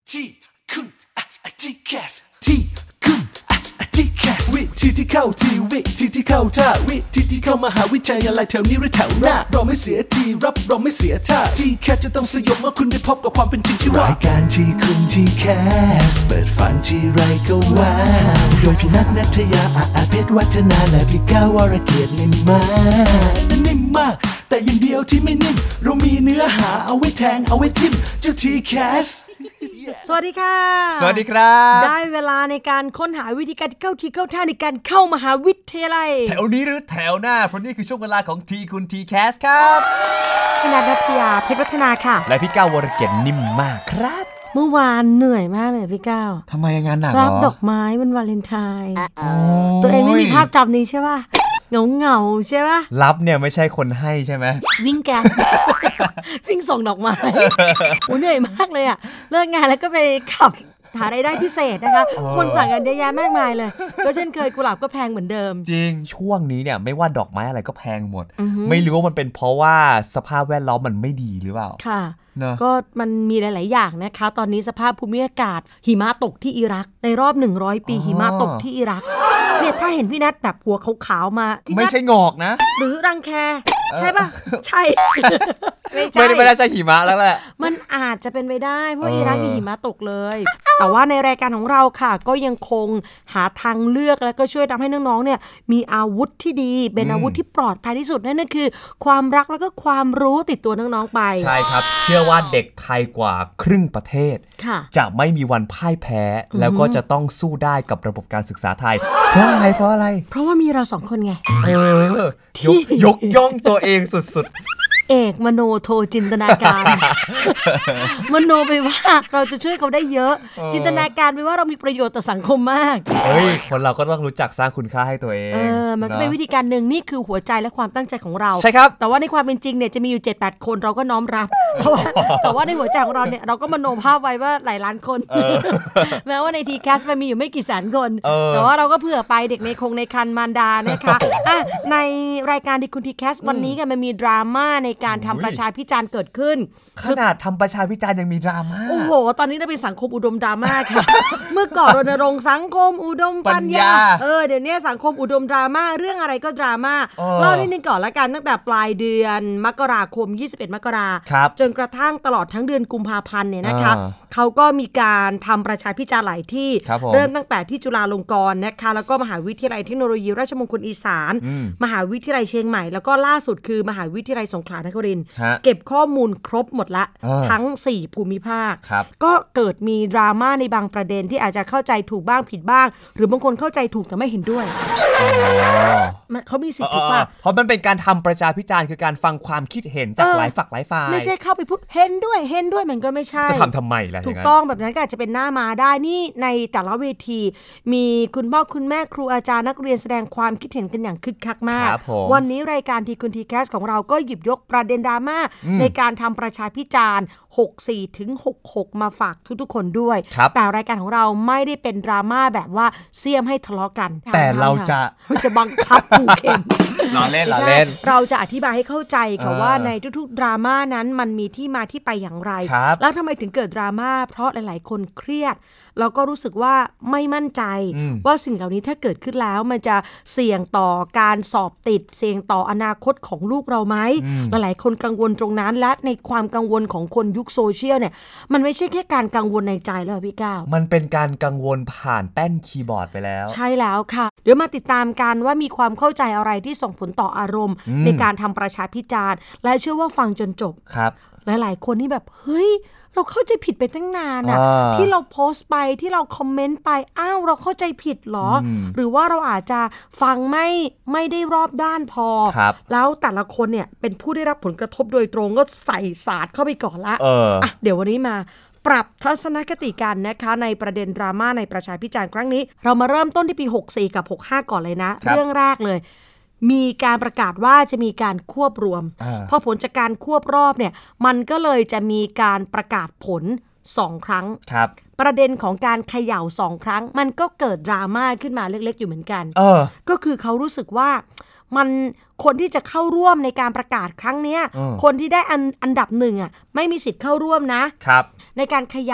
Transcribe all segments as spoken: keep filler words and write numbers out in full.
ที่คุณอาจจะแคสที่คุณอาจจะแคสวิธีที่เข้าทีวิธีที่เข้าท่าวิธีที่เข้ามหาวิทยาลัยแถวนี้หรือแถวหน้าเราไม่เสียทีรับเราไม่เสียท่าที่แคสจะต้องสยบเมื่อคุณได้พบกับความเป็นจริงที่ว่ารายการที่คุณที่แคสเปิดฝันที่ไรก็ว่าโดยพี่นัทนัทยาอาเพชรวัฒนาและพี่ก้าววรเกียรตินิ่มมากนิ่มมากแต่อย่างเดียวที่ไม่นิ่มเรามีเนื้อหาเอาไว้แทงเอาไว้ทิมเจ้าทีแคสสวัสดีค่ะสวัสดีครับได้เวลาในการค้นหาวิธีการเข้าทีเข้าท่าในการเข้ามหาวิทยาลัยแถวนี้หรือแถวหน้าเพราะนี่คือช่วงเวลาของทีคุณทีแคสครับพี่นัทนัทยาเพชรวัฒนาค่ะและพี่ก้าววรเกียรตินิ่มมากครับเมื่อวานเหนื่อยมากเลยพี่ก้าวทำไมงานหนักเหรอรับดอกไม้วันวาเลนไทน์ตัวเองไม่มีภาพจำนี้ใช่ป่ะเงาเงาใช่ป่ะรับเนี่ยไม่ใช่คนให้ใช่ไหมวิ่งแกน วิ่งส่งดอกไม้โอ้เหนื่อยมากเลยอ่ะเลิกงานแล้วก็ไปขับหารายได้พิเศษนะคะคนสั่งกันเยอะแยะมากมายเลยก็เช่นเคยกุหลาบก็แพงเหมือนเดิมจริงช่วงนี้เนี่ยไม่ว่าดอกไม้อะไรก็แพงหมดไม่รู้ว่ามันเป็นเพราะว่าสภาพแวดล้อมมันไม่ดีหรือเปล่าค่ะก็มันมีหลายๆอย่างนะคะตอนนี้สภาพภูมิอากาศหิมะตกที่อิรักในรอบหนึ่งร้อยปีหิมะตกที่อิรักเนี่ยถ้าเห็นพี่นัทแบบหัวขาวๆมาไม่ใช่งอกนะหรือรังแคใช่ป่ะใช่ไม่ใช่ไม่ได้ใช่หิมะแล้วแหละมันอาจจะเป็นไปได้เพราะอิรักมีหิมะตกเลยแต่ว่าในรายการของเราค่ะก็ยังคงหาทางเลือกแล้วก็ช่วยทำให้น้องๆเนี่ยมีอาวุธที่ดีเป็นอาวุธที่ปลอดภัยที่สุดนั่นก็คือความรักแล้วก็ความรู้ติดตัวน้องๆไปใช่ครับเชื่อว่าเด็กไทยกว่าครึ่งประเทศจะไม่มีวันพ่ายแพ้แล้วก็จะต้องสู้ได้กับระบบการศึกษาไทยเพราะอะไรเพราะอะไรเพราะว่ามีเราสองคนไงเออยกยกย่องตัวเองสุดๆเอกมโนโทจินตนาการ มโนไปว่าเราจะช่วยเขาได้เยอะจินตนาการไปว่าเรามีประโยชน์ต่อสังคมมากเฮ้ยคนเราก็ต้องรู้จักสร้างคุณค่าให้ตัวเองเออมันก็เป็นวิธีการหนึ่งนี่คือหัวใจและความตั้งใจของเราใช่ครับแต่ว่าในความเป็นจริงเนี่ยจะมีอยู่ เจ็ดแปด คนเราก็น้อมรับแต่ว่าแต่ว่าในหัวใจของเราเนี่ยเราก็มโนภาพไว้ว่าหลายล้านคนแม้ว่าในทีแคสมันมีอยู่ไม่กี่แสนคนแต่ว่าเราก็เผื่อไปเด็กในคงในคันมารดานะคะอ่ะในรายการทีคุณทีแคสวันนี้กันมันมีดราม่าในการทำประชาพิจารณ์เกิดขึ้นขนาดทำประชาพิจารณ์ยังมีดราม่าโอ้โหตอนนี้เราเป็นสังคมอุดมดราม่าค่ะ เมื่อก่อนรณรงค์สังคมอุดมปัญญาเออเดี๋ยวนี้สังคมอุดมดราม่าเรื่องอะไรก็ดราม่าเล่านิดนึงก่อนละกันตั้งแต่ปลายเดือนมกราคมยี่สิบเอ็ดมกราคมจนกระทั่งตลอดทั้งเดือนกุมภาพันธ์เนี่ยนะคะเขาก็มีการทำประชาพิจารณ์หลายที่เริ่มตั้งแต่ที่จุฬาลงกรณ์นะคะแล้วก็มหาวิทยาลัยเทคโนโลยีราชมงคลอีสานมหาวิทยาลัยเชียงใหม่แล้วก็ล่าสุดคือมหาวิทยาลัยสงขลานครินทร์เก็บข้อมูลครบหมดละทั้งสี่ภูมิภาคก็เกิดมีดราม่าในบางประเด็นที่อาจจะเข้าใจถูกบ้างผิดบ้างหรือบางคนเข้าใจถูกแต่ไม่เห็นด้วยเขามีสิทธิ์ถูกป่ะเพราะมันเป็นการทำประชาพิจารณ์คือการฟังความคิดเห็นจากหลายฝักหลายฝ่ายไม่ใช่เข้าไปพูดเห็นด้วยเห็นด้วยมันก็ไม่ใช่จะทำทำไมล่ะถูกต้องแบบนั้นก็อาจจะเป็นหน้ามาได้นี่ในแต่ละเวทีมีคุณพ่อคุณแม่ครูอาจารย์นักเรียนแสดงความคิดเห็นกันอย่างคึกคักมากวันนี้รายการทีคุณทีแคสของเราก็หยิบยกประเด็นดราม่าในการทำประชาพิจารณ์หกสิบสี่ถึงหกสิบหกมาฝากทุกๆคนด้วยแต่รายการของเราไม่ได้เป็นดราม่าแบบว่าเสี่ยมให้ทะเลาะกันแต่เราจะเราจะบังคับผูกเข็มล้อเล่นล้อเล่นเราจะอธิบายให้เข้าใจค่ะว่าในทุกๆดราม่านั้นมันมีที่มาที่ไปอย่างไรแล้วทำไมถึงเกิดดราม่าเพราะหลายๆคนเครียดแล้วก็รู้สึกว่าไม่มั่นใจว่าสิ่งเหล่านี้ถ้าเกิดขึ้นแล้วมันจะเสี่ยงต่อการสอบติดเสี่ยงต่ออนาคตของลูกเราไหมหลายๆคนกังวลตรงนั้นและในความกังวลของคนยุคโซเชียลเนี่ยมันไม่ใช่แค่การกังวลในใจแล้วพี่ก้าวมันเป็นการกังวลผ่านแป้นคีย์บอร์ดไปแล้วใช่แล้วค่ะเดี๋ยวมาติดตามกันว่ามีความเข้าใจอะไรที่ส่งผลต่ออารมณ์ในการทำประชาพิจารณ์และเชื่อว่าฟังจนจบครับหลายๆคนนี่แบบเฮ้ยเราเข้าใจผิดไปตั้งนานอะที่เราโพสต์ไปที่เราคอมเมนต์ไปอ้าวเราเข้าใจผิดหรอหรือว่าเราอาจจะฟังไม่ไม่ได้รอบด้านพอแล้วแต่ละคนเนี่ยเป็นผู้ได้รับผลกระทบโดยตรงก็ใส่ศาสตร์เข้าไปก่อนละอ่ะเดี๋ยววันนี้มาปรับทัศนคติกันนะคะในประเด็นดราม่าในประชาพิจารณ์ครั้งนี้เรามาเริ่มต้นที่ปีหกสิบสี่กับหกสิบห้าก่อนเลยนะเรื่องแรกเลยมีการประกาศว่าจะมีการควบรวมพอผลจากการควบรอบเนี่ยมันก็เลยจะมีการประกาศผลสองครั้งประเด็นของการเขย่าสองครั้งมันก็เกิดดราม่าขึ้นมาเล็กๆอยู่เหมือนกันก็คือเขารู้สึกว่า มันคนที่จะเข้าร่วมในการประกาศครั้งนี้คนที่ได้อันอันดับหนึ่งอ่ะไม่มีสิทธิ์เข้าร่วมนะครับในการเขย่า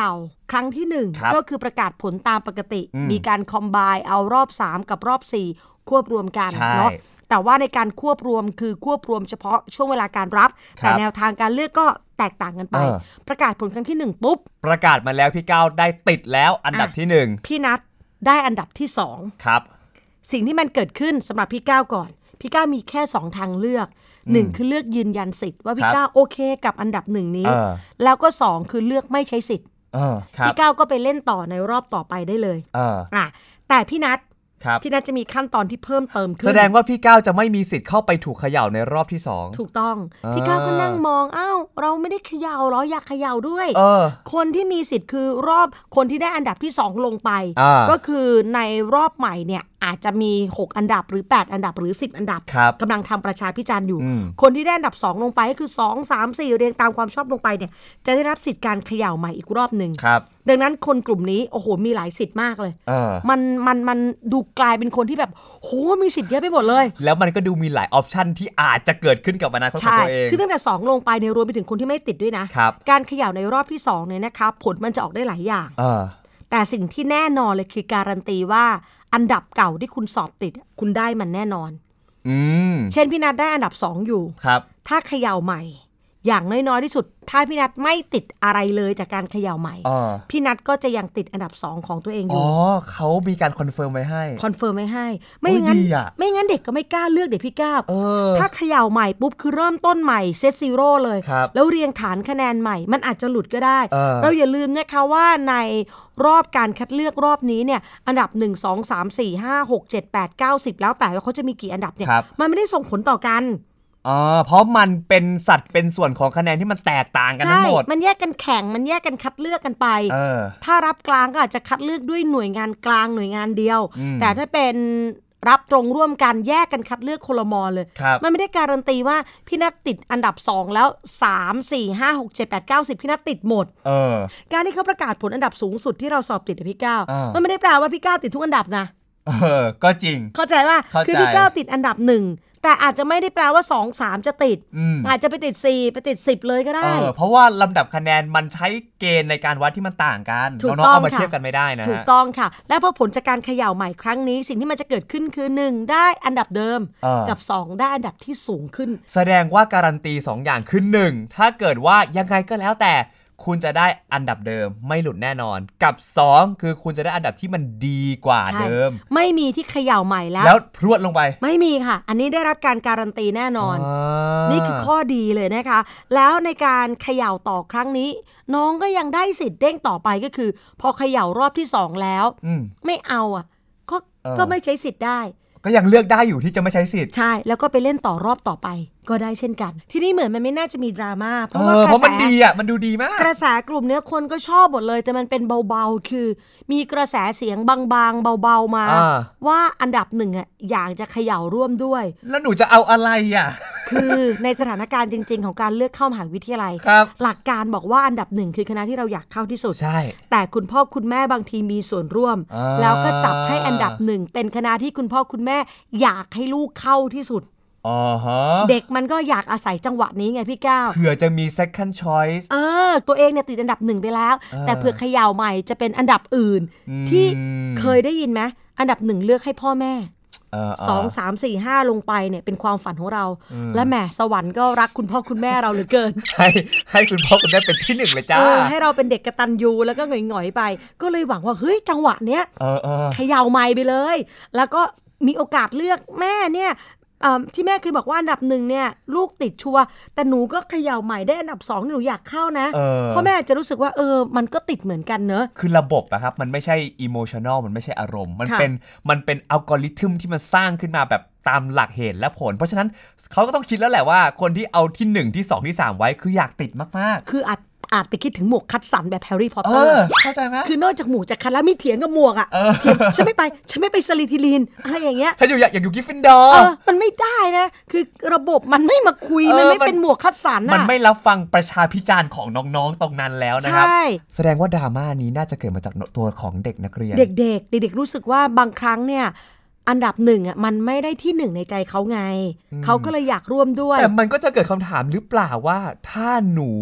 ครั้งที่หนึ่งก็คือประกาศผลตามปกติมีการคอมไบน์เอารอบสามกับรอบสี่ควบรวมกันเนาะแต่ว่าในการควบรวมคือควบรวมเฉพาะช่วงเวลาการรับแต่แนวทางการเลือกก็แตกต่างกันไปประกาศผลครั้งที่หนึ่งปุ๊บประกาศมาแล้วพี่ก้าวได้ติดแล้วอันดับที่หนึ่งพี่นัทได้อันดับที่สองครับสิ่งที่มันเกิดขึ้นสำหรับพี่ก้าวก่อนพี่ก้าวมีแค่สองทางเลือกหนึ่งคือเลือกยืนยันสิทธิ์ว่าพี่ก้าวโอเคกับอันดับหนึ่งนี้แล้วก็สองคือเลือกไม่ใช้สิทธิ์พี่ก้าวก็ไปเล่นต่อในรอบต่อไปได้เลยอ่ะแต่พี่นัทพี่นัทจะมีขั้นตอนที่เพิ่มเติมขึ้นแสดงว่าพี่ก้าวจะไม่มีสิทธิ์เข้าไปถูกเขย่าในรอบที่สองถูกต้องพี่ก้าวก็นั่งมองอ้าวเราไม่ได้เขย่าหรออยากเขย่าด้วยคนที่มีสิทธิ์คือรอบคนที่ได้อันดับที่สองลงไปก็คือในรอบใหม่เนี่ยอาจจะมีหกอันดับหรือแปดอันดับหรือสิบอันดับกำลังทำประชาพิจารณ์อยู่คนที่ได้อันดับสองลงไปก็คือสอง สาม สี่เรียงตามความชอบลงไปเนี่ยจะได้รับสิทธิ์การเขย่าใหม่อีกรอบนึงดังนั้นคนกลุ่มนี้โอ้โหมีหลายสิทธิ์มากเลยมันมันมันดูกลายเป็นคนที่แบบโหมีสิทธิ์เยอะไปหมดเลยแล้วมันก็ดูมีหลายออปชันที่อาจจะเกิดขึ้นกับอนาคตของตัวเองคือตั้งแต่สองลงไปในรวมไปถึงคนที่ไม่ติดด้วยนะการเขย่าในรอบที่สองเนี่ยนะครับผลมันจะออกได้หลายอย่างแต่สิ่งที่แน่นอนเลยคือการันตีว่าอันดับเก่าที่คุณสอบติดคุณได้มันแน่นอนอืมเช่นพี่นัทได้อันดับสองอยู่ครับถ้าเขย่าใหม่อย่างน้อยๆที่สุดถ้าพี่นัทไม่ติดอะไรเลยจากการเขย่าใหม่พี่นัทก็จะยังติดอันดับสองของตัวเองอยู่อ๋อเขามีการคอนเฟิร์มไว้ให้คอนเฟิร์มไว้ให้ไม่งั้นไม่งั้นเด็กก็ไม่กล้าเลือกเด็กพี่ก้าวถ้าเขย่าใหม่ปุ๊บคือเริ่มต้นใหม่เซตซีโร่เลยแล้วเรียงฐานคะแนนใหม่มันอาจจะหลุดก็ได้เราอย่าลืมนะคะว่าในรอบการคัดเลือกรอบนี้เนี่ยอันดับหนึ่ง สอง สาม สี่ ห้า หก เจ็ด แปด เก้า สิบแล้วแต่ว่าเขาจะมีกี่อันดับเนี่ยมันไม่ได้ส่งผลต่อกันอ๋อเพราะมันเป็นสัตว์เป็นส่วนของคะแนนที่มันแตกต่างกันทั้งหมดมันแยกกันแข่งมันแยกกันคัดเลือกกันไปถ้ารับกลางก็อาจจะคัดเลือกด้วยหน่วยงานกลางหน่วยงานเดียวแต่ถ้าเป็นรับตรงร่วมกันแยกกันคัดเลือกคนละมอเลยมันไม่ได้การันตีว่าพี่นัทติดอันดับสองแล้วสาม สี่ ห้า หก เจ็ด แปด เก้า สิบพี่นัทติดหมดการที่เขาประกาศผลอันดับสูงสุดที่เราสอบติดพี่ก้าวมันไม่ได้แปลว่าพี่ก้าวติดทุกอันดับนะเออก็จริงเข้าใจว่าคือพี่ก้าวติดอันดับหนึ่งแต่อาจจะไม่ได้แปลว่าสอง สามจะติด อ, อาจจะไปติดสี่ไปติดสิบเลยก็ได้เออเพราะว่าลำดับคะแนนมันใช้เกณฑ์ในการวัดที่มันต่างกันน้องๆเอามาเทียบกันไม่ได้นะถูกต้องค่ะและพอผลจากการเขย่าใหม่ครั้งนี้สิ่งที่มันจะเกิดขึ้นคือหนึ่งได้อันดับเดิมกับสองได้อันดับที่สูงขึ้นแสดงว่าการันตีสองอย่างคือหนึ่งถ้าเกิดว่ายังไงก็แล้วแต่คุณจะได้อันดับเดิมไม่หลุดแน่นอนกับสองคือคุณจะได้อันดับที่มันดีกว่าเดิมไม่มีที่เขย่าใหม่แล้วแล้วพรวดลงไปไม่มีค่ะอันนี้ได้รับการการันตีแน่นอนนี่คือข้อดีเลยนะคะแล้วในการเขย่าต่อครั้งนี้น้องก็ยังได้สิทธิ์เด้งต่อไปก็คือพอเขย่ารอบที่สองแล้วไม่เอาอ่ะก็ก็ไม่ใช้สิทธิ์ได้ก็ยังเลือกได้อยู่ที่จะไม่ใช้สิทธิ์ใช่แล้วก็ไปเล่นต่อรอบต่อไปก็ได้เช่นกันที่นี่เหมือนมันไม่น่าจะมีดราม่าเพราะว่ากระแสมันดีอ่ะมันดูดีมากกระแสกลุ่มเนี้ยคนก็ชอบหมดเลยแต่มันเป็นเบาๆคือมีกระแสเสียงบางๆเบาๆมาว่าอันดับหนึ่งอ่ะอยากจะเขย่าร่วมด้วยแล้วหนูจะเอาอะไรอ่ะคือในสถานการณ์จริงๆของการเลือกเข้ามหาวิทยาลัยหลักการบอกว่าอันดับหนึ่งคือคณะที่เราอยากเข้าที่สุดใช่แต่คุณพ่อคุณแม่บางทีมีส่วนร่วมแล้วก็จับให้อันดับหนึ่งเป็นคณะที่คุณพ่อคุณแม่อยากให้ลูกเข้าที่สุดอ๋อฮะเด็กมันก็อยากอาศัยจังหวะนี้ไงพี่ก้าวเผื่อจะมี second choice เออตัวเองเนี่ยติดอันดับหนึ่งไปแล้วแต่เผื่อเขย่าใหม่จะเป็นอันดับอื่นที่เคยได้ยินไหมอันดับหนึ่งเลือกให้พ่อแม่สอง สาม สี่ ห้าลงไปเนี่ยเป็นความฝันของเราและแหมสวรรค์ก็รักคุณพ่อคุณแม่เราเหลือเกินให้ให้คุณพ่อคุณแม่เป็นที่หนึ่งเลยจ้าให้เราเป็นเด็กกตัญญูแล้วก็หงอยๆไปก็เลยหวังว่าเฮ้ยจังหวะเนี้ยเขย่าใหม่ไปเลยแล้วก็มีโอกาสเลือกแม่เนี่ยที่แม่เคยบอกว่าอันดับหนึ่งเนี่ยลูกติดชัวแต่หนูก็เขย่าใหม่ได้อันดับสองหนูอยากเข้านะเพราะแม่จะรู้สึกว่าเออมันก็ติดเหมือนกันเนอะคือระบบอะครับมันไม่ใช่อิโมชันนอลมันไม่ใช่อารมณ์มันเป็นมันเป็นอัลกอริทึมที่มันสร้างขึ้นมาแบบตามหลักเหตุและผลเพราะฉะนั้นเขาก็ต้องคิดแล้วแหละว่าคนที่เอาที่หนึ่งที่สองที่สามไว้คืออยากติดมากๆคืออาจอาจไปคิดถึงหมวกคัดสันแบบแฮร์รี่พอตเตอร์เข้าใจไหมคือนอกจากหมวกจากคัดแล้วมีเถียงกับหมวกอ่ะเถียงฉันไม่ไปฉันไม่ไปสลิธีรินอะไรอย่างเงี้ยถ้าอยู่อยากอยู่กิฟฟินดอร์มันไม่ได้นะคือระบบมันไม่มาคุยมันไม่เป็นหมวกคัดสันอ่ะมันไม่รับฟังประชาพิจารณ์ของน้องๆตรงนั้นแล้วนะครับแสดงว่าดราม่านี้น่าจะเกิดมาจากตัวของเด็กนักเรียนเด็กๆเด็กๆรู้สึกว่าบางครั้งเนี่ยอันดับหนึ่งอ่ะมันไม่ได้ที่หนึ่งในใจเขาไงเขาก็เลยอยากร่วมด้วยแต่มันก็จะเกิดคำถามหรือเปล่าว่าถ้าหนู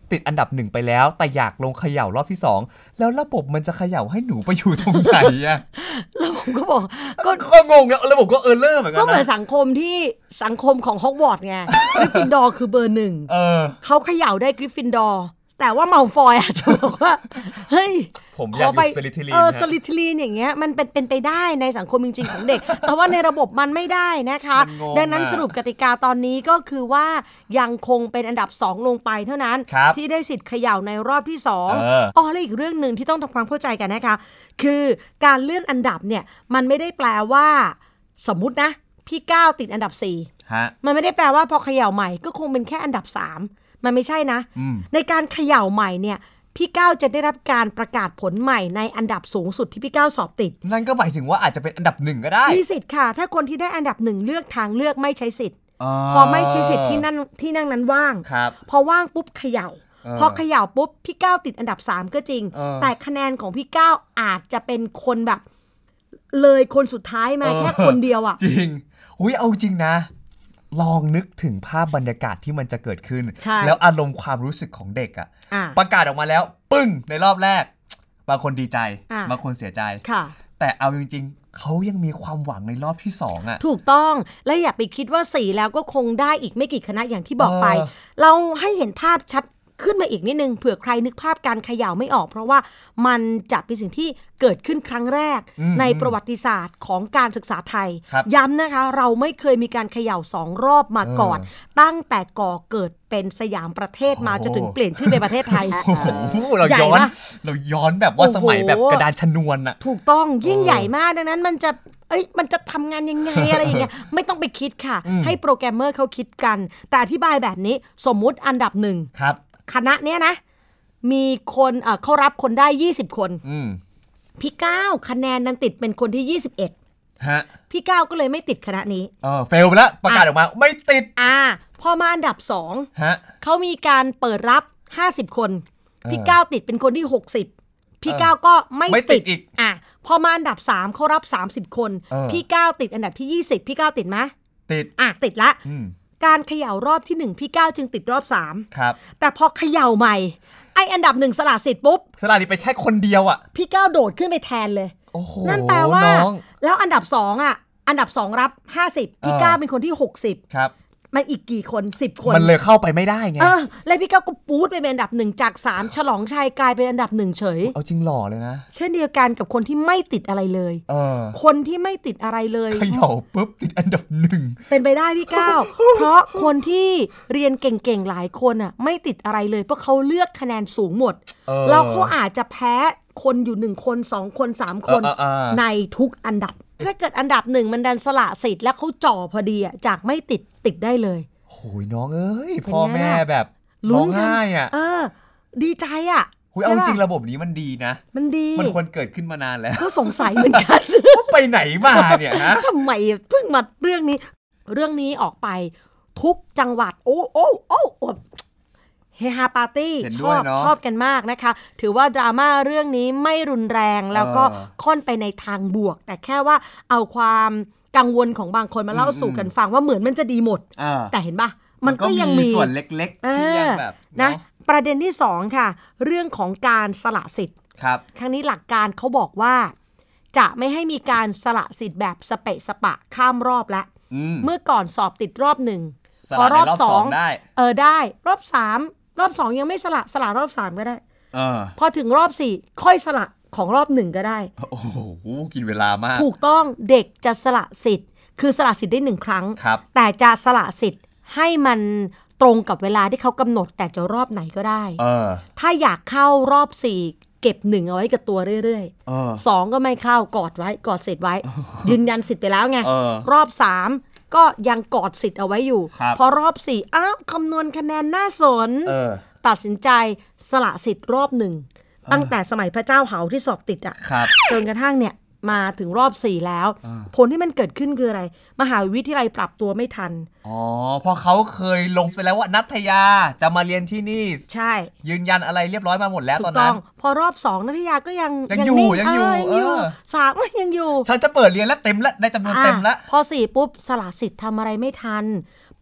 ติดอันดับหนึ่งไปแล้วแต่อยากลงเขย่ารอบที่สองแล้วระบบมันจะเขย่าให้หนูไปอยู่ตรงไหนอะแล้วผมก็บอกก็งงแล้วระบบก็เออเลอร์เหมือนกันนะก็เหมือนสังคมที่สังคมของฮอกวอตส์ไงกริฟฟินดอร์คือเบอร์หนึ่งเขาเขย่าได้กริฟฟินดอร์แต่ว่ามัลฟอยอาจจะบอกว่าเฮ้ยผมอยากอยู่สลิธีรินเออสลิธีรินอย่างเงี้ยมันเป็นเป็นไปได้ในสังคมจริงๆของเด็กแต่ว่าในระบบมันไม่ได้นะคะดังนั้นสรุปกติกาตอนนี้ก็คือว่ายังคงเป็นอันดับสองลงไปเท่านั้นที่ได้สิทธิ์เขย่าในรอบที่สองอ๋อและอีกเรื่องนึงที่ต้องทำความเข้าใจกันนะคะคือการเลื่อนอันดับเนี่ยมันไม่ได้แปลว่าสมมุตินะพี่ก้าวติดอันดับสี่มันไม่ได้แปลว่าพอเขย่าใหม่ก็คงเป็นแค่อันดับสามมันไม่ใช่นะในการเขย่าใหม่เนี่ยพี่ก้าวจะได้รับการประกาศผลใหม่ในอันดับสูงสุดที่พี่ก้าวสอบติดนั่นก็หมายถึงว่าอาจจะเป็นอันดับหนึ่งก็ได้มีสิทธิ์ค่ะถ้าคนที่ได้อันดับหนึ่งเลือกทางเลือกไม่ใช้สิทธิ์พอไม่ใช้สิทธิ์ที่นั่นที่นั่งนั้นว่างพอว่างปุ๊บเขย่าพอเขย่าปุ๊บพี่ก้าวติดอันดับสามก็จริงแต่คะแนนของพี่ก้าวอาจจะเป็นคนแบบเลยคนสุดท้ายมาแค่คนเดียวอ่ะจริงอุ้ยเอาจริงนะลองนึกถึงภาพบรรยากาศที่มันจะเกิดขึ้นแล้วอารมณ์ความรู้สึกของเด็กอ่ะประกาศออกมาแล้วปึ้งในรอบแรกบางคนดีใจบางคนเสียใจแต่เอาจริงๆเขายังมีความหวังในรอบที่สองอ่ะถูกต้องและอย่าไปคิดว่าสี่แล้วก็คงได้อีกไม่กี่คณะอย่างที่บอกไปเราให้เห็นภาพชัดขึ้นมาอีกนิดนึงเผื่อใครนึกภาพการเขย่าไม่ออกเพราะว่ามันจะเป็นสิ่งที่เกิดขึ้นครั้งแรกในประวัติศาสตร์ของการศึกษาไทยย้ำนะคะเราไม่เคยมีการเขย่าสองรอบมาก่อนตั้งแต่ก่อเกิดเป็นสยามประเทศมาจนถึงเปลี่ยนชื่อในประเทศไทยโอ้โหเราย้อนเราย้อนแบบว่าสมัยแบบกระดานชนวนอะถูกต้องยิ่งใหญ่มากดังนั้นมันจะเอ้ยมันจะทำงานยังไงอะไรอย่างเงี้ยไม่ต้องไปคิดค่ะให้โปรแกรมเมอร์เขาคิดกันแต่อธิบายแบบนี้สมมุติอันดับหนึ่งคณะเนี้ยนะมีคนเอ่อเขารับคนได้ยี่สิบคนพี่ก้าวคะแนนนั้นติดเป็นคนที่ยี่สิบเอ็ดฮะพี่ก้าวก็เลยไม่ติดคณะนี้เออเฟลไปแล้วประกาศออกมาไม่ติดอ่าพอมาอันดับสองฮะเขามีการเปิดรับห้าสิบคนพี่ก้าวติดเป็นคนที่หกสิบพี่ก้าวก็ไม่ติดอีกอ่ะพอมาอันดับสามเขารับสามสิบคนพี่ก้าวติดอันดับที่ยี่สิบพี่ก้าวติดมั้ยติดอ่ะติดละการเขย่ารอบที่หนึ่งพี่ก้าวจึงติดรอบสามครับแต่พอเขย่าใหม่ไอ้อันดับหนึ่งสละสิทธิ์ปุ๊บสละสิทธิ์ไปแค่คนเดียวอ่ะพี่ก้าวโดดขึ้นไปแทนเลยโอ้โหนั่นแปลว่าแล้วอันดับสองอ่ะอันดับสองรับห้าสิบพี่ก้าวเป็นคนที่หกสิบครับมันอีกกี่คนสิบคนมันเลยเข้าไปไม่ได้ไงเออแล้วพี่ก้าวก็ปู๊ดไปเป็นอันดับหนึ่งจากสามฉลองชัยกลายเป็นอันดับหนึ่งเฉยเอาจริงหล่อเลยนะเช่นเดียวกันกับคนที่ไม่ติดอะไรเลยเออคนที่ไม่ติดอะไรเลยเขย่าปุ๊บติดอันดับหนึ่งเป็นไปได้พี่ก้าว เพราะคนที่เรียนเก่งๆหลายคนอ่ะไม่ติดอะไรเลยเพราะเขาเลือกคะแนนสูงหมดแล้วเขาอาจจะแพ้คนอยู่หนึ่งคนสองคนสามคนในทุกอันดับถ้าเกิดอันดับหนึ่งมันดันสละสิทธิ์แล้วเขาจ่อพอดีอ่ะจากไม่ติดติดได้เลยโอ้ยน้องเอ้ยพ่อแม่แบบร้องไห้อ่ะเออดีใจอ่ะคุยเอาจริงระบบนี้มันดีนะมันดีมันควรเกิดขึ้นมานานแล้วก็สงสัยเหมือนกันว่าไปไหนมาเนี่ยฮะทำไมเพิ่งมาเรื่องนี้เรื่องนี้ออกไปทุกจังหวัดโอ้โอ้โอ้เฮฮาปาร์ตี้ชอบชอบกันมากนะคะถือว่าดราม่าเรื่องนี้ไม่รุนแรงแล้วก็ค่อนไปในทางบวกแต่แค่ว่าเอาความกังวลของบางคนมาเล่าสู่กันฟังว่าเหมือนมันจะดีหมดแต่เห็นปะมันก็ยังมีส่วนเล็กๆที่ยังแบบนะประเด็นที่สองค่ะเรื่องของการสละสิทธิ์ครับครั้งนี้หลักการเขาบอกว่าจะไม่ให้มีการสละสิทธิ์แบบสเปะสปะข้ามรอบแล้วเมื่อก่อนสอบติดรอบหนึ่งพอรอบสองเออได้รอบสามรอบสองยังไม่สละสละรอบสามก็ได้เออพอถึงรอบสี่ค่อยสละของรอบหนึ่งก็ได้โอ้โหกินเวลามากถูกต้องเด็กจะสละสิทธิ์คือสละสิทธิ์ได้หนึ่งครั้งแต่จะสละสิทธิ์ให้มันตรงกับเวลาที่เขากำหนดแต่จะรอบไหนก็ได้เออถ้าอยากเข้ารอบสี่เก็บหนึ่งเอาไว้กับตัวเรื่อยๆสองก็ไม่เข้ากอดไว้กอดสิทธิ์ไว้ยืนยันสิทธิ์ไปแล้วไงรอบสามก็ยังกอดสิทธิ์เอาไว้อยู่พอรอบสี่อ้าวคำนวณคะแนนน่าสนตัดสินใจสละสิทธิ์รอบหนึ่งตั้งแต่สมัยพระเจ้าเหาที่สอบติดอ่ะจนกระทั่งเนี่ยมาถึงรอบสี่แล้วผลที่มันเกิดขึ้นคืออะไรมหาวิทยาลัยปรับตัวไม่ทันอ๋อเพราะเขาเคยลงไปแล้วว่านัทยาจะมาเรียนที่นี่ใช่ยืนยันอะไรเรียบร้อยมาหมดแล้วตอนนั้นพอรอบสองนัทยาก็ยังยังอยู่ยังอยู่สามก็ยังอยู่ฉันจะเปิดเรียนแล้วเต็มแล้วได้จำนวนเต็มแล้วพอสี่ปุ๊บสละสิทธิ์ทำอะไรไม่ทันเพ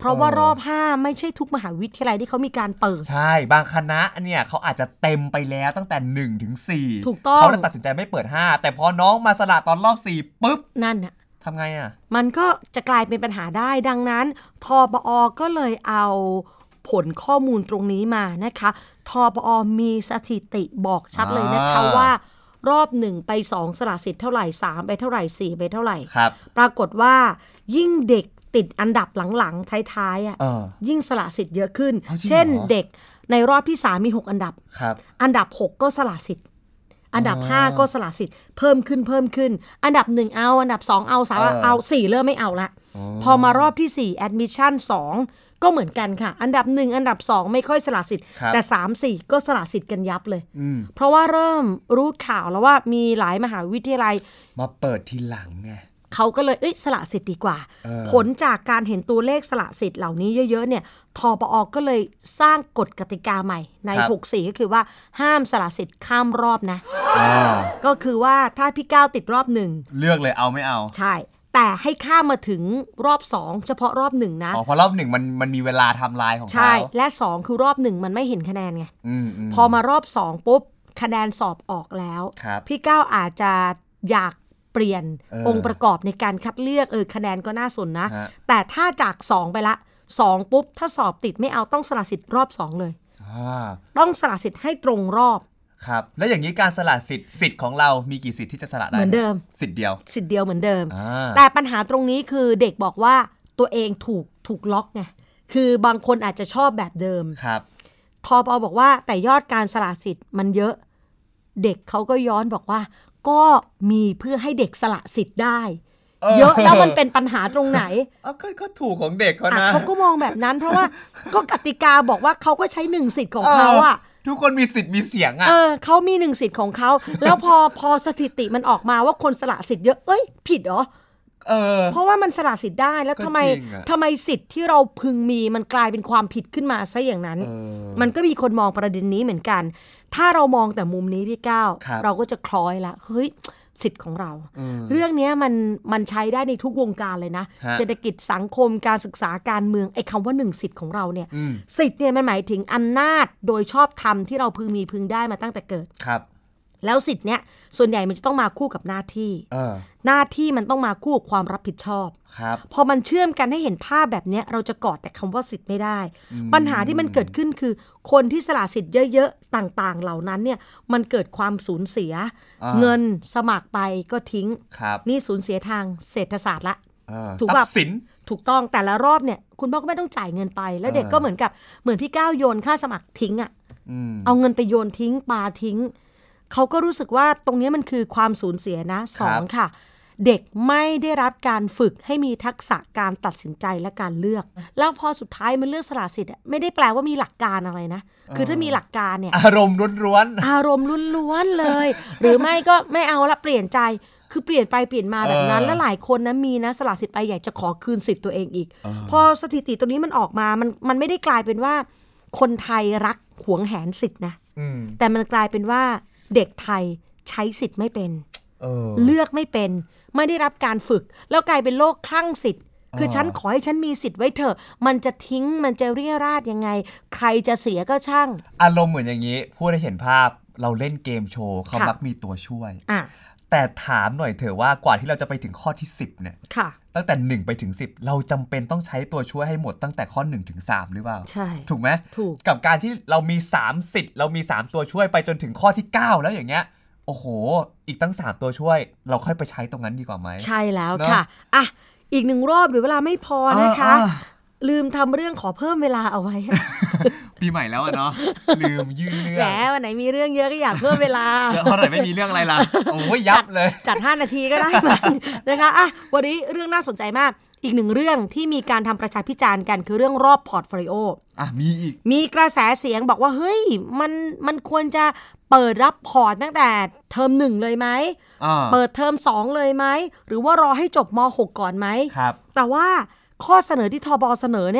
เพราะว่ารอบห้าไม่ใช่ทุกมหาวิทยาลัยที่เขามีการเปิดใช่บางคณะเนี่ยเขาอาจจะเต็มไปแล้วตั้งแต่หนึ่งถึงสี่ถูกต้องเขาเลยตัดสินใจไม่เปิดห้าแต่พอน้องมาสละตอนรอบสี่ปุ๊บนั่นน่ะทำไงอ่ะมันก็จะกลายเป็นปัญหาได้ดังนั้นทปอ.ก็เลยเอาผลข้อมูลตรงนี้มานะคะทปอ.มีสถิติบอกชัดเลยนะคะว่ารอบหนึ่งไปสองสละสิทธิ์เท่าไหร่สามไปเท่าไหร่สี่ไปเท่าไหร่ครับปรากฏว่ายิ่งเด็กติดอันดับหลังๆท้ายๆอ่ะยิ่งสละสิทธิ์เยอะขึ้นเช่นเด็กในรอบที่สามมีหกอันดับอันดับหกก็สละสิทธิ์อันดับห้าก็สละสิทธิ์เพิ่มขึ้นเพิ่มขึ้นอันดับหนึ่งเอาอันดับสองเอาสามเอาสี่เริ่มไม่เอาละพอมารอบที่สี่ admission สองก็เหมือนกันค่ะอันดับหนึ่งอันดับสองไม่ค่อยสละสิทธิ์แต่สาม สี่ก็สละสิทธิ์กันยับเลยเพราะว่าเริ่มรู้ข่าวแล้วว่ามีหลายมหาวิทยาลัยมาเปิดทีหลังไงเขาก็เลยเอ้ยสละสิทธิ์ดีกว่าผลจากการเห็นตัวเลขสละสิทธิ์เหล่านี้เยอะๆเนี่ยทปอ.ก็เลยสร้างกฎกติกาใหม่ในหกสี่ก็คือว่าห้ามสละสิทธิ์ข้ามรอบนะก็คือว่าถ้าพี่ก้าวติดรอบหนึ่งเลือกเลยเอาไม่เอาใช่แต่ให้ข้ามมาถึงรอบสองเฉพาะรอบหนึ่งนะอ๋อเพราะรอบหนึ่งมันมันมีเวลาไทม์ไลน์ของเขาใช่และสองคือรอบหนึ่งมันไม่เห็นคะแนนไงพอมารอบสองปุ๊บคะแนนสอบออกแล้วพี่ก้าวอาจจะอยากเปลี่ยนองค์ประกอบในการคัดเลือกเออคะแนนก็น่าสนนะแต่ถ้าจากสองไปละสองปุ๊บถ้าสอบติดไม่เอาต้องสละสิทธิ์รอบสองเลยต้องสละสิทธิ์ให้ตรงรอบครับแล้วอย่างนี้การสละสิทธิ์สิทธิ์ของเรามีกี่สิทธิ์ที่จะสละได้เหมือนเดิมสิทธิ์เดียวสิทธิ์เดียวเหมือนเดิมแต่ปัญหาตรงนี้คือเด็กบอกว่าตัวเองถูกถูกล็อกไงคือบางคนอาจจะชอบแบบเดิมครับทปอ.บอกว่าแต่ยอดการสละสิทธิ์มันเยอะเด็กเขาก็ย้อนบอกว่าก็มีเพื่อให้เด็กสละสิทธิ์ได้เยอะแล้วมันเป็นปัญหาตรงไหนอ๋อก็ถูกของเด็กเขานะเขาก็มองแบบนั้นเพราะว่าก็กติกาบอกว่าเขาก็ใช้หนึ่งสิทธิ์ของเขาอ่ะทุกคนมีสิทธิ์มีเสียงอ่ะเออเขามีหนึ่งสิทธิ์ของเขาแล้วพอพอสถิติมันออกมาว่าคนสละสิทธิ์เยอะเอ้ยผิดเหรอเออเพราะว่ามันสละสิทธิ์ได้แล้วทำไมทำไมสิทธิ์ที่เราพึงมีมันกลายเป็นความผิดขึ้นมาซะอย่างนั้นมันก็มีคนมองประเด็นนี้เหมือนกันถ้าเรามองแต่มุมนี้พี่ก้าวเราก็จะคล้อยละเฮ้ยสิทธิ์ของเราเรื่องนี้มันมันใช้ได้ในทุกวงการเลยนะเศรษฐกิจสังคมการศึกษาการเมืองไอ้คำว่าหนึ่งสิทธิ์ของเราเนี่ยสิทธิ์เนี่ยมันหมายถึงอำนาจโดยชอบธรรมที่เราพึงมีพึงได้มาตั้งแต่เกิดครับแล้วสิทธิ์เนี้ยส่วนใหญ่มันจะต้องมาคู่กับหน้าที่หน้าที่มันต้องมาคู่กับความรับผิดชอบพอมันเชื่อมกันให้เห็นภาพแบบนี้เราจะกอดแต่คำว่าสิทธิ์ไม่ได้ปัญหาที่มันเกิดขึ้นคือคนที่สละสิทธิ์เยอะๆต่างๆเหล่านั้นเนี่ยมันเกิดความสูญเสียเงินสมัครไปก็ทิ้งนี่สูญเสียทางเศรษฐศาสตร์ละถูกแบบสินถูกต้องแต่ละรอบเนี่ยคุณพ่อก็ไม่ต้องจ่ายเงินไปแล้วเด็กก็เหมือนกับเหมือนพี่ก้าวโยนค่าสมัครทิ้งอ่ะเอาเงินไปโยนทิ้งปาทิ้งเขาก็รู้สึกว่าตรงนี้มันคือความสูญเสียนะสองค่ะเด็กไม่ได้รับการฝึกให้มีทักษะการตัดสินใจและการเลือกแล้วพอสุดท้ายมันเลือกสละสิทธิ์ไม่ได้แปลว่ามีหลักการอะไรนะคือถ้ามีหลักการเนี่ยอารมณ์ล้วนๆอารมณ์ล้วนๆเลยหรือไม่ก็ไม่เอาละเปลี่ยนใจคือเปลี่ยนไปเปลี่ยนมาแบบนั้นแล้วหลายคนนะมีนะสละสิทธิ์ไปอยากจะขอคืนสิทธิ์ตัวเองอีกพอสถิติตรงนี้มันออกมามันมันไม่ได้กลายเป็นว่าคนไทยรักหวงแหนสิทธิ์นะแต่มันกลายเป็นว่าเด็กไทยใช้สิทธิ์ไม่เป็น เ, เลือกไม่เป็นไม่ได้รับการฝึกแล้วกลายเป็นโรคคลั่งสิทธิ์คือฉันขอให้ฉันมีสิทธิ์ไว้เถอะมันจะทิ้งมันจะเรี่ยราดยังไงใครจะเสียก็ช่างอารมณ์เหมือนอย่างนี้พูดให้เห็นภาพเราเล่นเกมโชว์เขามักมีตัวช่วยแต่ถามหน่อยเถอะว่ากว่าที่เราจะไปถึงข้อที่สิบเนี่ยตั้งแต่หนึ่งไปถึงสิบเราจำเป็นต้องใช้ตัวช่วยให้หมดตั้งแต่ข้อหนึ่งถึงสามหรือเปล่าใช่ถูกไหมถูกกับการที่เรามีสามสิทธิ์เรามีสามตัวช่วยไปจนถึงข้อที่เก้าแล้วอย่างเงี้ยโอ้โหอีกตั้งสามตัวช่วยเราค่อยไปใช้ตรงนั้นดีกว่าไหมใช่แล้วค่ะอ่ะอีกหนึ่งรอบหรือเวลาไม่พอนะคะลืมทำเรื่องขอเพิ่มเวลาเอาไว้ปีใหม่แล้วอะเนาะลืมยืดเรื่องแล้ววันไหนมีเรื่องเยอะก็อยากเพิ่มเวลาเพราะไหนไม่มีเรื่องอะไรล่ะโอ้ยยับเลยจัดห้านาทีก็ได้มันนะคะอ่ะวันนี้เรื่องน่าสนใจมากอีกหนึ่งเรื่องที่มีการทำประชาพิจารณ์กันคือเรื่องรอบพอร์ตโฟลิโออ่ะมีอีกมีกระแสเสียงบอกว่าเฮ้ยมันมันควรจะเปิดรับพอร์ตตั้งแต่เทอมหนึ่งเลยไหมเปิดเทอมสองเลยไหมหรือว่ารอให้จบม.หก ก่อนไหมครับแต่ว่าข้อเสนอที่ทบเสนอเนี่ย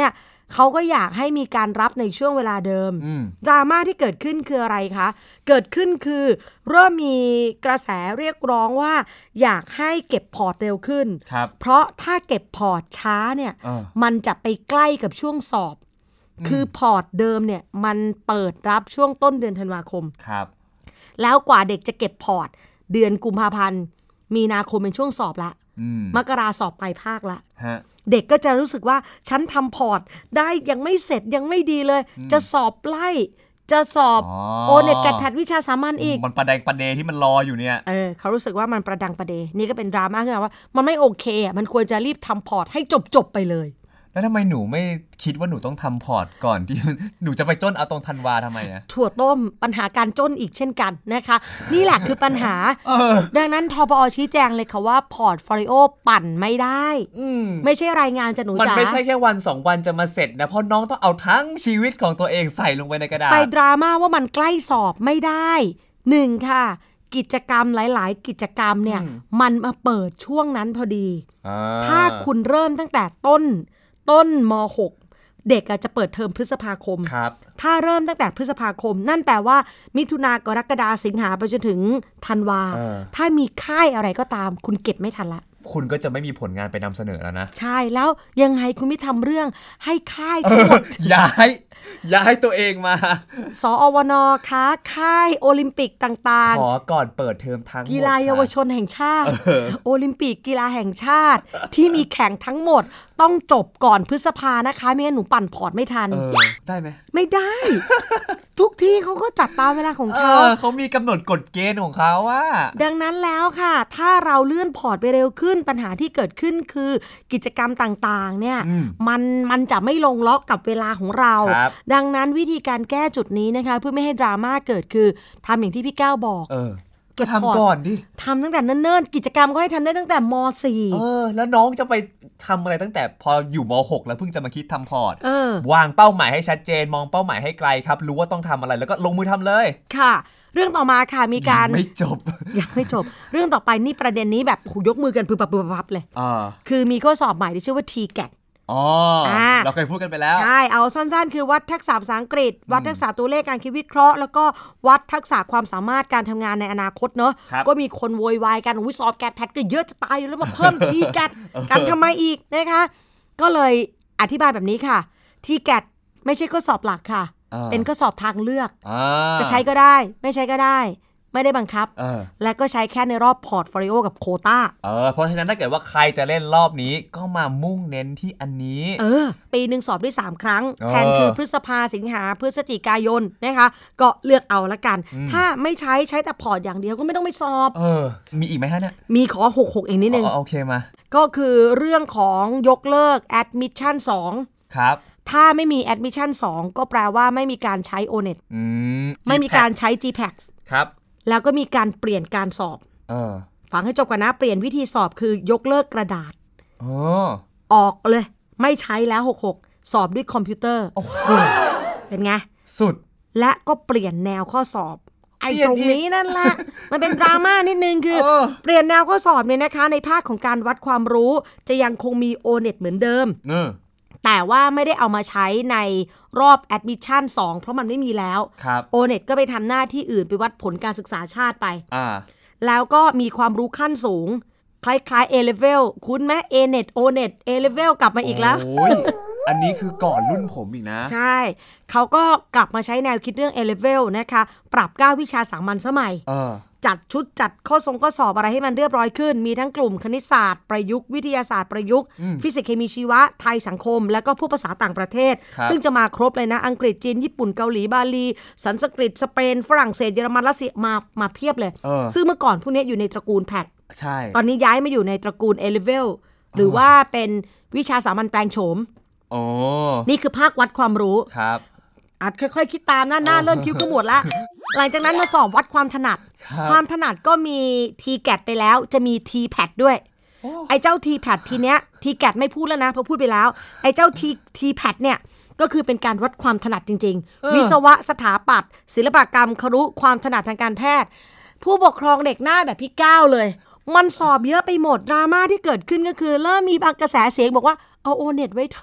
เขาก็อยากให้มีการรับในช่วงเวลาเดิมดราม่าที่เกิดขึ้นคืออะไรคะเกิดขึ้นคือเริ่มมีกระแสเรียกร้องว่าอยากให้เก็บพอร์ตเร็วขึ้นเพราะถ้าเก็บพอร์ตช้าเนี่ยมันจะไปใกล้กับช่วงสอบคือพอร์ตเดิมเนี่ยมันเปิดรับช่วงต้นเดือนธันวาคมครับแล้วกว่าเด็กจะเก็บพอร์ตเดือนกุมภาพันธ์มีนาคมเป็นช่วงสอบละมกราสอบปลายภาคละเด็กก็จะรู้สึกว่าฉันทำพอร์ตได้ยังไม่เสร็จยังไม่ดีเลยจะสอบไล่จะสอบโอเน็ตแกดแพดวิชาสามัญอีกมันประดังประเดที่มันรออยู่เนี่ยเออเขารู้สึกว่ามันประดังประเดนี่ก็เป็นดราม่าขึ้นมาว่ามันไม่โอเคอ่ะมันควรจะรีบทำพอร์ตให้จบๆไปเลยแล้วทำไมหนูไม่คิดว่าหนูต้องทำพอร์ตก่อนที่หนูจะไปจ้นเอาตรงธันวาทำไมอะถั่วต้มปัญหาการจ้นอีกเช่นกันนะคะนี่แหละคือปัญหา ดังนั้นทปอชี้แจงเลยค่ะว่าพอร์ตโฟลิโอปั่นไม่ได้ไม่ใช่รายงานจะหนูจ๋ามันไม่ใช่แค่วันสองวันจะมาเสร็จนะเพราะน้องต้องเอาทั้งชีวิตของตัวเองใส่ลงไปในกระดาษไปดราม่าว่ามันใกล้สอบไม่ได้หนึ่งค่ะกิจกรรมหลายๆกิจกรรมเนี่ยมันมาเปิดช่วงนั้นพอดีถ้าคุณเริ่มตั้งแต่ต้นต้นม.หก เด็กอาจจะเปิดเทอมพฤษภาคมถ้าเริ่มตั้งแต่พฤษภาคมนั่นแปลว่ามิถุนากรกฎาสิงหาไปจนถึงธันวาถ้ามีค่ายอะไรก็ตามคุณเก็บไม่ทันละคุณก็จะไม่มีผลงานไปนำเสนอแล้วนะใช่แล้วยังไงคุณไม่ทำเรื่องให้ค่ายทั้งหมดย้ายย้ายตัวเองมาสอวนคะค่ายโอลิมปิกต่างๆขอก่อนเปิดเทอมทั้งหมดกีฬาเยาวชนแห่งชาติโอลิมปิกกีฬาแห่งชาติที่มีแข่งทั้งหมดต้องจบก่อนพฤษภานะคะไม่งั้นหนูปั่นพอร์ตไม่ทันได้ไหมไม่ได้ ทุกที่เขาก็จัดตามเวลาของเขาเขามีกำหนดกฎเกณฑ์ของเขาว่าดังนั้นแล้วค่ะถ้าเราเลื่อนพอร์ตไปเร็วขึ้นปัญหาที่เกิดขึ้นคือกิจกรรมต่างๆเนี่ยมันมันจะไม่ลงล็อกกับเวลาของเราดังนั้นวิธีการแก้จุดนี้นะคะเพื่อไม่ให้ดราม่าเกิดคือทำอย่างที่พี่ก้าวบอกเก็บพอร์ตก่อนดิทำตั้งแต่เนิ่นๆกิจกรรมก็ให้ทำได้ตั้งแต่ม.สี่เออแล้วน้องจะไปทำอะไรตั้งแต่พออยู่ม.หก แล้วเพิ่งจะมาคิดทำพอร์ตวางเป้าหมายให้ชัดเจนมองเป้าหมายให้ไกลครับรู้ว่าต้องทำอะไรแล้วก็ลงมือทำเลยค่ะเรื่องต่อมาค่ะมีการไม่จบยังไม่จบเรื่องต่อไปนี่ประเด็นนี้แบบหูยกมือกันปึ๊บปั๊บปึ๊บปั๊บเลยคือมีข้อสอบใหม่ที่ชื่อว่า ที แกทอ๋อเราเคยพูดกันไปแล้วใช่เอาสั้นๆคือวัดทักษะภาษาอังกฤษวัดทักษะตัวเลขการคิดวิเคราะห์แล้วก็วัดทักษะความสามารถการทำงานในอนาคตเนอะก็มีคนโวยวายกันอุ้ยสอบแกทแพทก็เยอะจะตายอยู่แล้วมาเพิ่มทีแกทกันทำไมอีกนะคะก็เลยอธิบายแบบนี้ค่ะทีแกทไม่ใช่ข้อสอบหลักค่ะเป็นข้อสอบทางเลือกจะใช้ก็ได้ไม่ใช้ก็ได้ไม่ได้บังคับและก็ใช้แค่ในรอบพอร์ตโฟลิโอกับโควต้าเออเพราะฉะนั้นถ้าเกิดว่าใครจะเล่นรอบนี้ก็มามุ่งเน้นที่อันนี้เออปีหนึ่งสอบได้สามครั้งแทนคือพฤษภาสิงหาพฤศจิกายนนะคะก็เลือกเอาละกันถ้าไม่ใช้ใช้แต่พอร์ตอย่างเดียวก็ไม่ต้องไปสอบเออมีอีกไหมฮะเนี่ยมีขอหกสิบหกเองนิดนึงโอเคมาก็คือเรื่องของยกเลิก Admission สองครับถ้าไม่มี Admission สองก็แปลว่าไม่มีการใช้ โอ เน็ตอืมไม่มีการใช้ จี แพคครับแล้วก็มีการเปลี่ยนการสอบเออฟังให้จบกันนะเปลี่ยนวิธีสอบคือยกเลิกกระดาษอ๋อออกเลยไม่ใช้แล้วหกสิบหกสอบด้วยคอมพิวเตอร์โอ้โหเป็นไงสุดและก็เปลี่ยนแนวข้อสอบไอ้ตรงนี้นั่นแหละมันเป็นดราม่านิดนึงคือเปลี่ยนแนวข้อสอบเนี่ยนะคะในภาคของการวัดความรู้จะยังคงมี โอ เน็ต เหมือนเดิมแต่ว่าไม่ได้เอามาใช้ในรอบ Admission สองเพราะมันไม่มีแล้ว โอ เน็ต ก็ไปทำหน้าที่อื่นไปวัดผลการศึกษาชาติไปแล้วก็มีความรู้ขั้นสูงคล้ายๆ A-Level คุ้นไหม เอ เน็ต โอ เน็ต A-Level กลับมาอีกแล้วอันนี้คือก่อนรุ่นผมอีกนะใช่เขาก็กลับมาใช้แนวคิดเรื่อง A-Level นะคะปรับเก้าวิชาสามัญสมัยจัดชุดจัดข้อทรงข้อสอบอะไรให้มันเรียบร้อยขึ้นมีทั้งกลุ่มคณิตศาสตร์ประยุกต์วิทยาศาสตร์ประยุกต์ฟิสิกส์เคมีชีวะไทยสังคมแล้วก็ผู้ภาษาต่างประเทศซึ่งจะมาครบเลยนะอังกฤษจีนญี่ปุ่นเกาหลีบาลีสันสกฤตสเปนฝรั่งเศสเยอรมันรัสเซียมามาเพียบเลยซึ่งเมื่อก่อนพวกนี้อยู่ในตระกูลแพทใช่ตอนนี้ย้ายมาอยู่ในตระกูล A-Level หรือว่าเป็นวิชาสามัญแปลงโฉมโอ้นี่คือภาควัดความรู้ครับอาจค่อยๆคิดตามหน้าหน้าเริ่มคิ้วก็หมดละหลังจากนั้นมาสอบวัดความถนัดความถนัดก็มี ที แกท ไปแล้วจะมี ที แพค ด้วยไอ้เจ้า ที แพค ทีเนี้ย ที แกท ไม่พูดแล้วนะเพราะพูดไปแล้วไอ้เจ้า T ที แพค เนี่ยก็คือเป็นการวัดความถนัดจริงๆวิศวะสถาปัตย์ศิลปกรรมครุความถนัดทางการแพทย์ผู้ปกครองเด็กหน้าแบบพี่ก้าวเลยมันสอบเยอะไปหมดดราม่าที่เกิดขึ้นก็คือเริ่มมีบางกระแสเสียงบอกว่าเอา โอ เน็ต ไว้เถอะ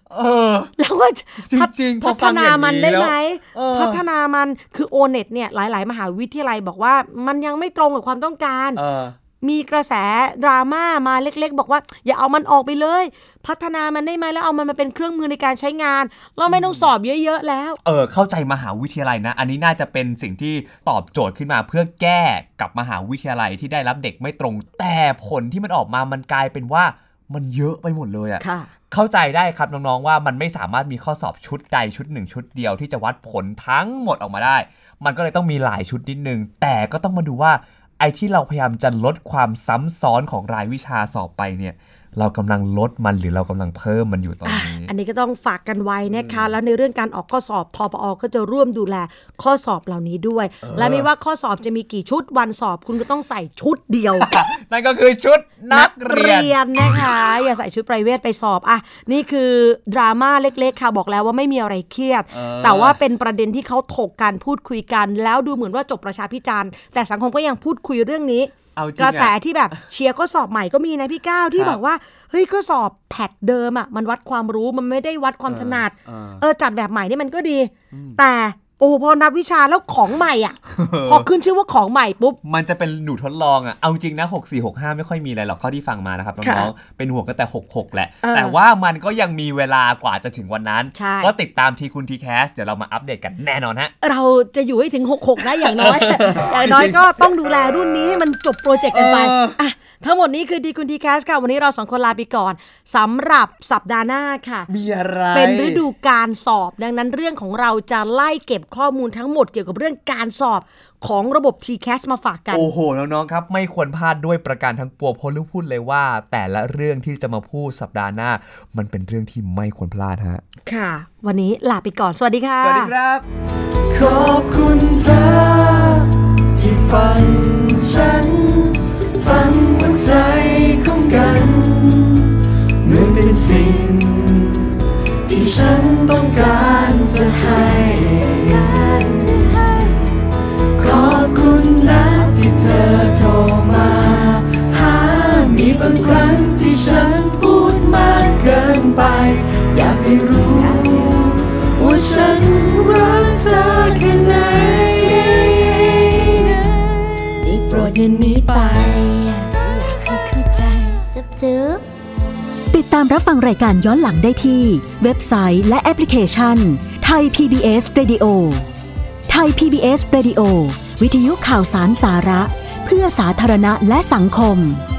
เออแล้วก็จริงๆพพัอฒฟังนาอย่างมันนี้ได้แล้วไหมเออพัฒนามันคือ โอ เน็ต เนี่ยหลายๆมหาวิทยาลัยบอกว่ามันยังไม่ตรงกับความต้องการเออมีกระแสดราม่ามาเล็กๆบอกว่าอย่าเอามันออกไปเลยพัฒนามันได้ไหมแล้วเอามันมาเป็นเครื่องมือในการใช้งานเราไม่ต้องสอบเยอะๆแล้วเออเข้าใจมหาวิทยาลัยนะอันนี้น่าจะเป็นสิ่งที่ตอบโจทย์ขึ้นมาเพื่อแก้กับมหาวิทยาลัยที่ได้รับเด็กไม่ตรงแต่ผลที่มันออกมามันกลายเป็นว่ามันเยอะไปหมดเลยอะเข้าใจได้ครับน้องๆว่ามันไม่สามารถมีข้อสอบชุดใดชุดหนึ่งชุดเดียวที่จะวัดผลทั้งหมดออกมาได้มันก็เลยต้องมีหลายชุดนิดนึงแต่ก็ต้องมาดูว่าไอ้ที่เราพยายามจะลดความซ้ำซ้อนของรายวิชาสอบไปเนี่ยเรากำลังลดมันหรือเรากำลังเพิ่มมันอยู่ตอนนี้อ, อันนี้ก็ต้องฝากกันไว้นะคะแล้วในเรื่องการออกข้อสอบทปอ.ก็จะร่วมดูแลข้อสอบเหล่านี้ด้วยและไม่ว่าข้อสอบจะมีกี่ชุดวันสอบคุณก็ต้องใส่ชุดเดียวนั่นก็คือชุดนักเรียนนะคะอย่าใส่ชุดไพรเวทไปสอบอ่ะนี่คือดราม่าเล็กๆค่ะบอกแล้วว่าไม่มีอะไรเครียดแต่ว่าเป็นประเด็นที่เขาถกกันพูดคุยกันแล้วดูเหมือนว่าจบประชาพิจารณ์แต่สังคมก็ยังพูดคุยเรื่องนี้กระแสที่แบบเชียร์ข้อสอบใหม่ก็มีนะพี่ก้าวที่บอกว่าเฮ้ยข้อสอบแพทเดิมอ่ะมันวัดความรู้มันไม่ได้วัดความถนัดเออจัดแบบใหม่นี่มันก็ดีแต่โอ้พอนับวิชาแล้วของใหม่อ่ะ พอขึ้นชื่อว่าของใหม่ปุ๊บมันจะเป็นหนูทดลองอ่ะเอาจริงนะหกสี่ หกห้าไม่ค่อยมีอะไรหรอกข้อที่ฟังมานะครับน้องๆเป็นห่วงก็แต่หกหกแหละแต่ว่ามันก็ยังมีเวลากว่าจะถึงวันนั้นก็ติดตามทีคุณทีแคสเดี๋ยวเรามาอัปเดตกันแน่นอนฮะเราจะอยู่ให้ถึงหกหกนะอย่างน้อย อย่างน้อยก็ต้องดูแลรุ่นนี้ให้มันจบโปรเจกต์กันไปอ่ะทั้งหมดนี้คือดีคุณทีแคสค่ะวันนี้เราสองคนลาไปก่อนสำหรับสัปดาห์หน้าค่ะมีอะไรเป็นฤดูการสอบดังนั้นเรื่องของเราจะไล่เก็บข้อมูลทั้งหมดเกี่ยวกับเรื่องการสอบของระบบ ที แคส มาฝากกันโอ้โหน้องๆครับไม่ควรพลาดด้วยประการทั้งปวงเพราะลูกพูดเลยว่าแต่ละเรื่องที่จะมาพูดสัปดาห์หน้ามันเป็นเรื่องที่ไม่ควรพลาดฮะค่ะวันนี้ลาไปก่อนสวัสดีค่ะสวัสดีครับขอบคุณเธอที่ฟังฉันฟังหัวใจของกันเหมือนเป็นสิ่งที่ฉันต้องการจะให้ขอบคุณนะที่เธอโทรมาหามีบางครั้งที่ฉันพูดมากเกินไปอยากให้รู้ว่าฉันรักเธอแค่ไหนได้โปรดอย่าหนีไปอยากให้เข้าใจจุ๊บจุ๊บติดตามรับฟังรายการย้อนหลังได้ที่เว็บไซต์และแอปพลิเคชัน Thai พี บี เอส Radio Thai พี บี เอส Radio วิทยุข่าวสารสาระเพื่อสาธารณะและสังคม